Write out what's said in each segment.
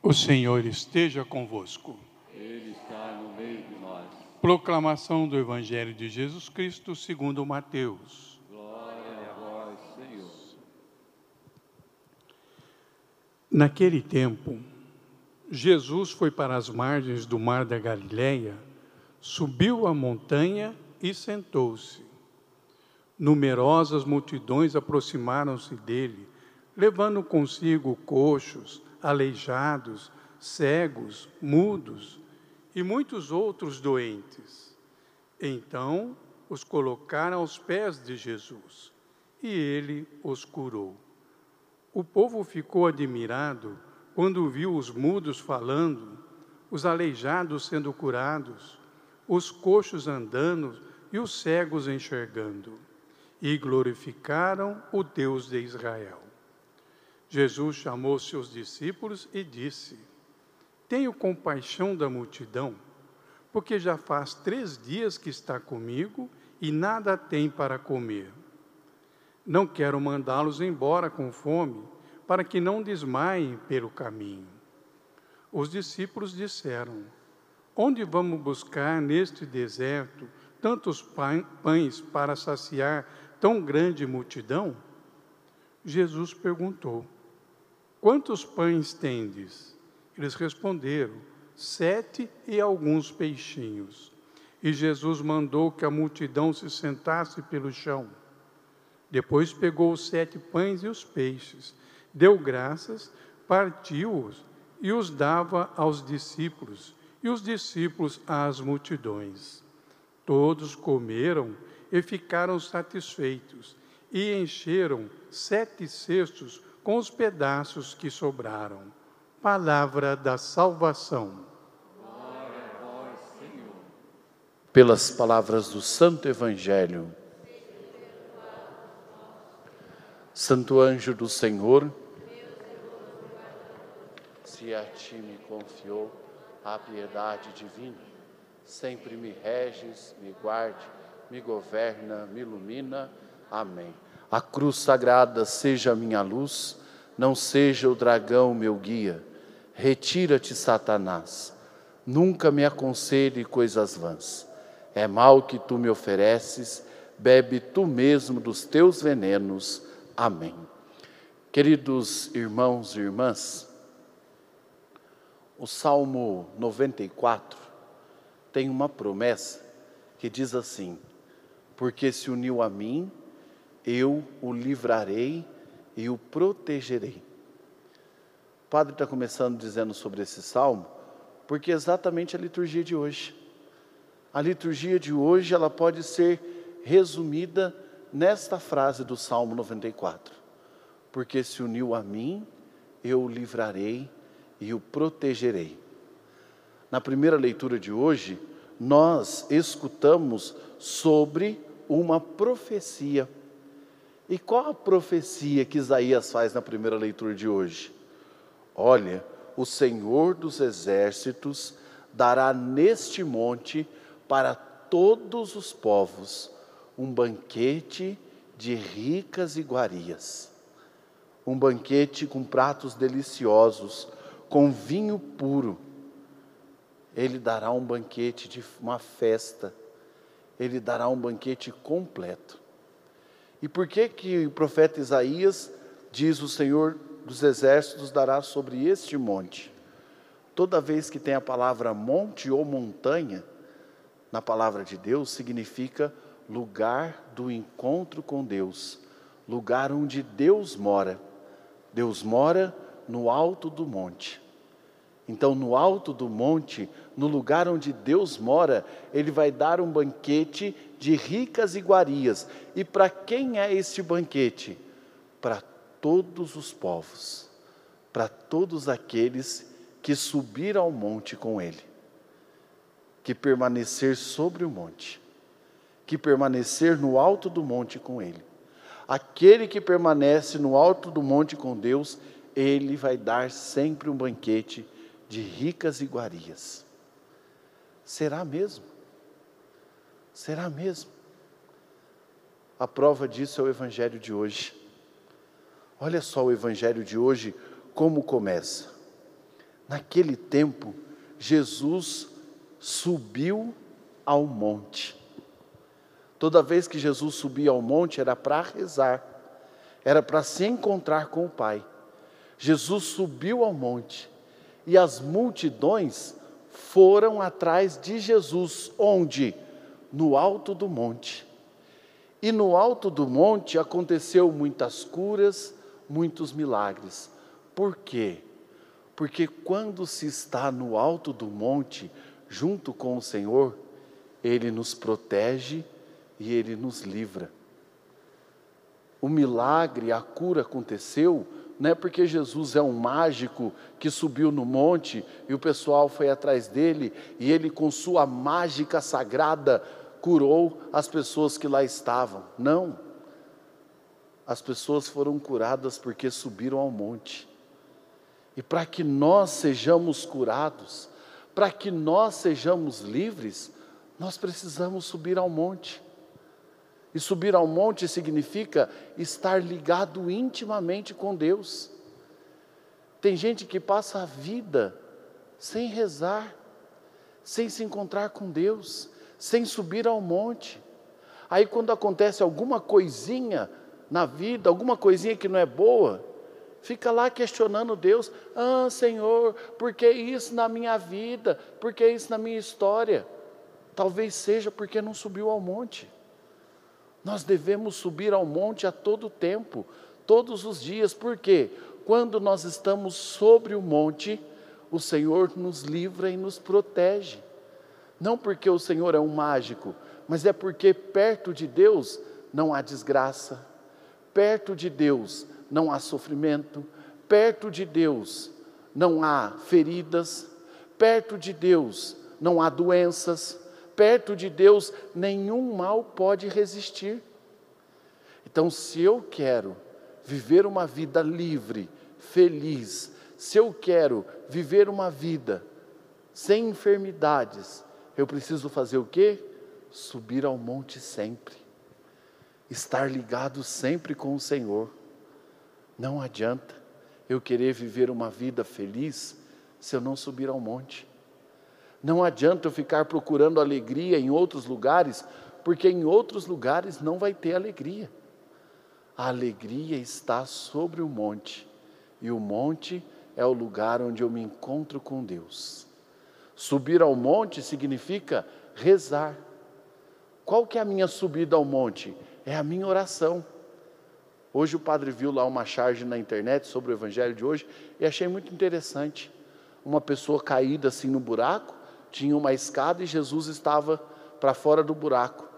O Senhor esteja convosco. Ele está no meio de nós. Proclamação do Evangelho de Jesus Cristo segundo Mateus. Glória a vós, Senhor. Naquele tempo, Jesus foi para as margens do mar da Galileia, subiu a montanha e sentou-se. Numerosas multidões aproximaram-se dele, levando consigo coxos, aleijados, cegos, mudos e muitos outros doentes. Então os colocaram aos pés de Jesus e ele os curou. O povo ficou admirado quando viu os mudos falando, os aleijados sendo curados, os coxos andando e os cegos enxergando, e glorificaram o Deus de Israel. Jesus chamou seus discípulos e disse: Tenho compaixão da multidão, porque já faz 3 dias que está comigo e nada tem para comer. Não quero mandá-los embora com fome, para que não desmaiem pelo caminho. Os discípulos disseram: Onde vamos buscar neste deserto tantos pães para saciar tão grande multidão? Jesus perguntou: Quantos pães tendes? Eles responderam: 7 e alguns peixinhos. E Jesus mandou que a multidão se sentasse pelo chão. Depois pegou os 7 pães e os peixes, deu graças, partiu-os e os dava aos discípulos, e os discípulos às multidões. Todos comeram e ficaram satisfeitos, e encheram 7 cestos com os pedaços que sobraram. Palavra da salvação. Glória a vós, Senhor. Pelas palavras do Santo Evangelho. Santo anjo do Senhor, se a ti me confiou a piedade divina, sempre me reges, me guarde, me governa, me ilumina. Amém. A cruz sagrada seja a minha luz, não seja o dragão meu guia. Retira-te, Satanás, nunca me aconselhe coisas vãs. É mal que tu me ofereces, bebe tu mesmo dos teus venenos. Amém. Queridos irmãos e irmãs, o Salmo 94 tem uma promessa que diz assim: porque se uniu a mim, eu o livrarei e o protegerei. O padre está começando dizendo sobre esse salmo, porque é exatamente a liturgia de hoje. A liturgia de hoje, ela pode ser resumida nesta frase do Salmo 94. Porque se uniu a mim, eu o livrarei e o protegerei. Na primeira leitura de hoje, nós escutamos sobre uma profecia. E qual a profecia que Isaías faz na primeira leitura de hoje? Olha, o Senhor dos Exércitos dará neste monte para todos os povos um banquete de ricas iguarias. Um banquete com pratos deliciosos, com vinho puro. Ele dará um banquete de uma festa. Ele dará um banquete completo. E por que o profeta Isaías diz: o Senhor dos Exércitos dará sobre este monte? Toda vez que tem a palavra monte ou montanha, na palavra de Deus, significa lugar do encontro com Deus, lugar onde Deus mora. Deus mora no alto do monte. Então, no alto do monte, no lugar onde Deus mora, Ele vai dar um banquete de ricas iguarias. E para quem é este banquete? Para todos os povos, para todos aqueles que subiram ao monte com Ele, que permanecer sobre o monte, que permanecer no alto do monte com Ele. Aquele que permanece no alto do monte com Deus, Ele vai dar sempre um banquete de ricas iguarias. Será mesmo? Será mesmo? A prova disso é o Evangelho de hoje. Olha só o Evangelho de hoje, como começa. Naquele tempo, Jesus subiu ao monte. Toda vez que Jesus subia ao monte era para rezar, era para se encontrar com o Pai. Jesus subiu ao monte e as multidões foram atrás de Jesus. Onde? No alto do monte. E no alto do monte aconteceu muitas curas, muitos milagres. Por quê? Porque quando se está no alto do monte, junto com o Senhor, Ele nos protege e Ele nos livra. O milagre, a cura aconteceu, não é porque Jesus é um mágico que subiu no monte e o pessoal foi atrás dele e ele com sua mágica sagrada curou as pessoas que lá estavam. Não. As pessoas foram curadas porque subiram ao monte. E para que nós sejamos curados, para que nós sejamos livres, nós precisamos subir ao monte. E subir ao monte significa estar ligado intimamente com Deus. Tem gente que passa a vida sem rezar, sem se encontrar com Deus, sem subir ao monte. Aí quando acontece alguma coisinha na vida, alguma coisinha que não é boa, fica lá questionando Deus. Ah, Senhor, por que isso na minha vida? Por que isso na minha história? Talvez seja porque não subiu ao monte. Nós devemos subir ao monte a todo tempo, todos os dias, porque quando nós estamos sobre o monte, o Senhor nos livra e nos protege. Não porque o Senhor é um mágico, mas é porque perto de Deus não há desgraça, perto de Deus não há sofrimento, perto de Deus não há feridas, perto de Deus não há doenças, perto de Deus nenhum mal pode resistir. Então, se eu quero viver uma vida livre, feliz, se eu quero viver uma vida sem enfermidades, eu preciso fazer o quê? Subir ao monte sempre, estar ligado sempre com o Senhor. Não adianta eu querer viver uma vida feliz se eu não subir ao monte. Não adianta eu ficar procurando alegria em outros lugares, porque em outros lugares não vai ter alegria. A alegria está sobre o monte, e o monte é o lugar onde eu me encontro com Deus. Subir ao monte significa rezar. Qual que é a minha subida ao monte? É a minha oração. Hoje o padre viu lá uma charge na internet sobre o evangelho de hoje, e achei muito interessante. Uma pessoa caída assim no buraco, tinha uma escada e Jesus estava para fora do buraco.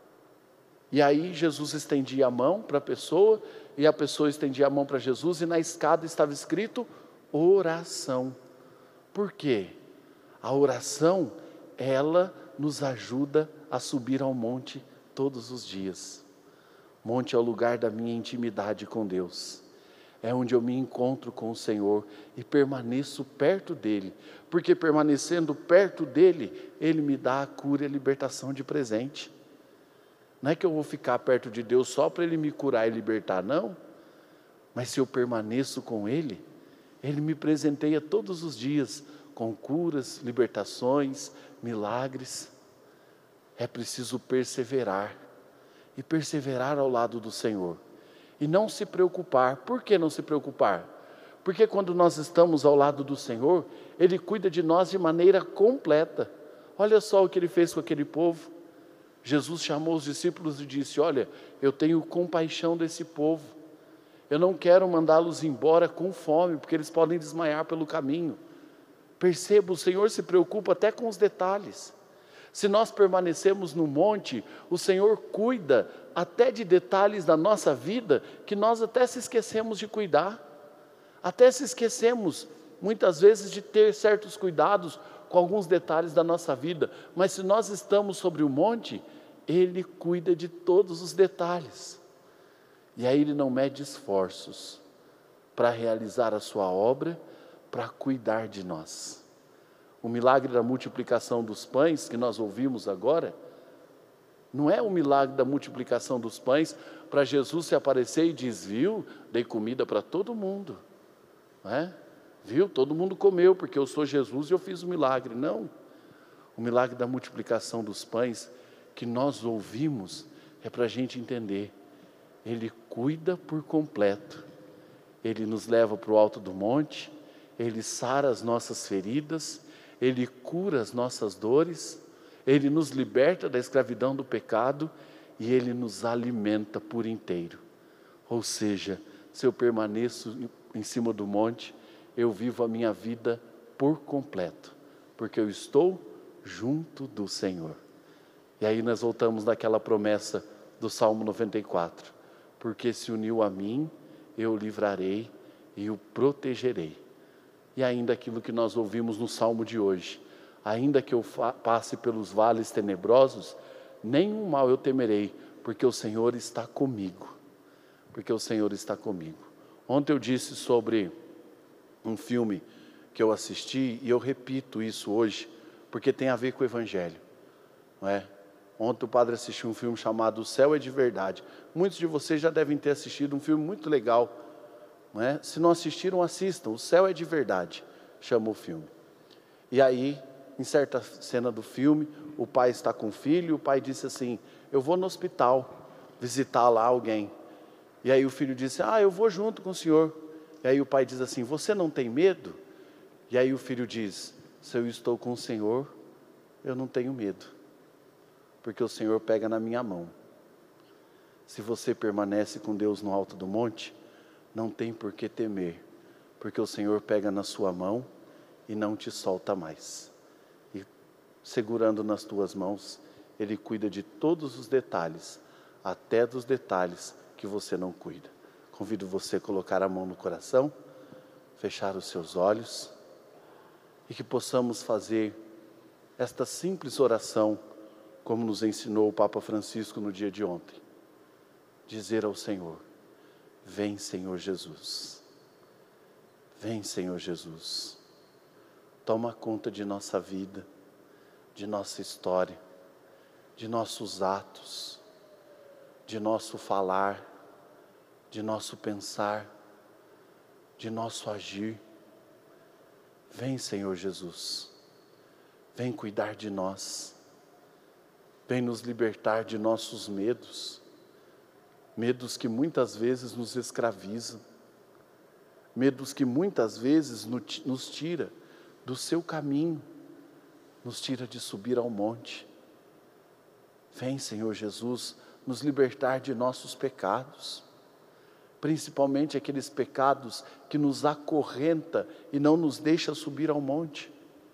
E aí Jesus estendia a mão para a pessoa, e a pessoa estendia a mão para Jesus, e na escada estava escrito oração. Por quê? A oração, ela nos ajuda a subir ao monte todos os dias. Monte é o lugar da minha intimidade com Deus. É onde eu me encontro com o Senhor e permaneço perto dEle. Porque permanecendo perto dEle, Ele me dá a cura e a libertação de presente. Não é que eu vou ficar perto de Deus só para Ele me curar e libertar, não. Mas se eu permaneço com Ele, Ele me presenteia todos os dias com curas, libertações, milagres. É preciso perseverar. E perseverar ao lado do Senhor. E não se preocupar. Por que não se preocupar? Porque quando nós estamos ao lado do Senhor, Ele cuida de nós de maneira completa. Olha só o que Ele fez com aquele povo. Jesus chamou os discípulos e disse: olha, eu tenho compaixão desse povo. Eu não quero mandá-los embora com fome, porque eles podem desmaiar pelo caminho. Perceba, o Senhor se preocupa até com os detalhes. Se nós permanecemos no monte, o Senhor cuida até de detalhes da nossa vida que nós até se esquecemos de cuidar. Até se esquecemos, muitas vezes, de ter certos cuidados com alguns detalhes da nossa vida. Mas se nós estamos sobre o monte, Ele cuida de todos os detalhes. E aí Ele não mede esforços para realizar a sua obra, para cuidar de nós. O milagre da multiplicação dos pães que nós ouvimos agora, não é o milagre da multiplicação dos pães para Jesus se aparecer e dizer: viu, dei comida para todo mundo. Não é? Viu? Todo mundo comeu, porque eu sou Jesus e eu fiz o milagre. Não. O milagre da multiplicação dos pães que nós ouvimos é para a gente entender. Ele cuida por completo. Ele nos leva para o alto do monte, Ele sara as nossas feridas, Ele cura as nossas dores, Ele nos liberta da escravidão do pecado e Ele nos alimenta por inteiro. Ou seja, se eu permaneço em cima do monte, eu vivo a minha vida por completo, porque eu estou junto do Senhor. E aí nós voltamos naquela promessa do Salmo 94. Porque se uniu a mim, eu o livrarei e o protegerei. E ainda aquilo que nós ouvimos no Salmo de hoje. Ainda que eu passe pelos vales tenebrosos, nenhum mal eu temerei, porque o Senhor está comigo. Porque o Senhor está comigo. Ontem eu disse sobre um filme que eu assisti, e eu repito isso hoje, porque tem a ver com o Evangelho, não é? Ontem o padre assistiu um filme chamado O Céu é de Verdade. Muitos de vocês já devem ter assistido, um filme muito legal, não é? Se não assistiram, assistam. O Céu é de Verdade, chama o filme. E aí, em certa cena do filme, o pai está com o filho, e o pai disse assim: eu vou no hospital visitar lá alguém. E aí o filho disse: eu vou junto com o senhor. E aí o pai diz assim: você não tem medo? E aí o filho diz: se eu estou com o Senhor, eu não tenho medo, porque o Senhor pega na minha mão. Se você permanece com Deus no alto do monte, não tem por que temer, porque o Senhor pega na sua mão e não te solta mais. E segurando nas tuas mãos, Ele cuida de todos os detalhes, até dos detalhes que você não cuida. Convido você a colocar a mão no coração, fechar os seus olhos, e que possamos fazer esta simples oração, como nos ensinou o Papa Francisco no dia de ontem. Dizer ao Senhor: vem, Senhor Jesus. Vem, Senhor Jesus. Toma conta de nossa vida, de nossa história, de nossos atos, de nosso falar, de nosso pensar, de nosso agir. Vem, Senhor Jesus. Vem cuidar de nós. Vem nos libertar de nossos medos. Medos que muitas vezes nos escravizam. Medos que muitas vezes nos tira do seu caminho. Nos tira de subir ao monte. Vem, Senhor Jesus, nos libertar de nossos pecados. Principalmente aqueles pecados que nos acorrenta e não nos deixa subir ao monte.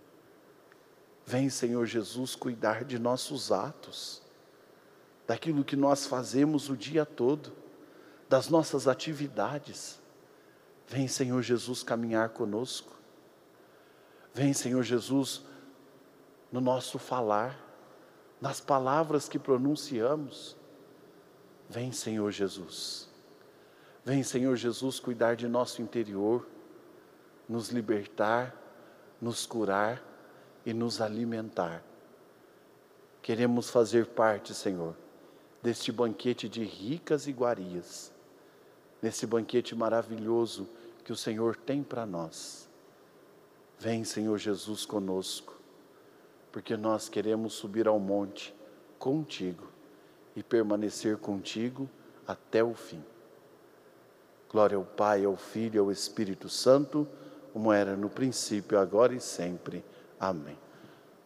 Vem, Senhor Jesus, cuidar de nossos atos, daquilo que nós fazemos o dia todo, das nossas atividades. Vem, Senhor Jesus, caminhar conosco. Vem, Senhor Jesus, no nosso falar, nas palavras que pronunciamos. Vem, Senhor Jesus. Vem, Senhor Jesus, cuidar de nosso interior, nos libertar, nos curar e nos alimentar. Queremos fazer parte, Senhor, deste banquete de ricas iguarias, nesse banquete maravilhoso que o Senhor tem para nós. Vem, Senhor Jesus, conosco, porque nós queremos subir ao monte contigo e permanecer contigo até o fim. Glória ao Pai, ao Filho e ao Espírito Santo, como era no princípio, agora e sempre. Amém.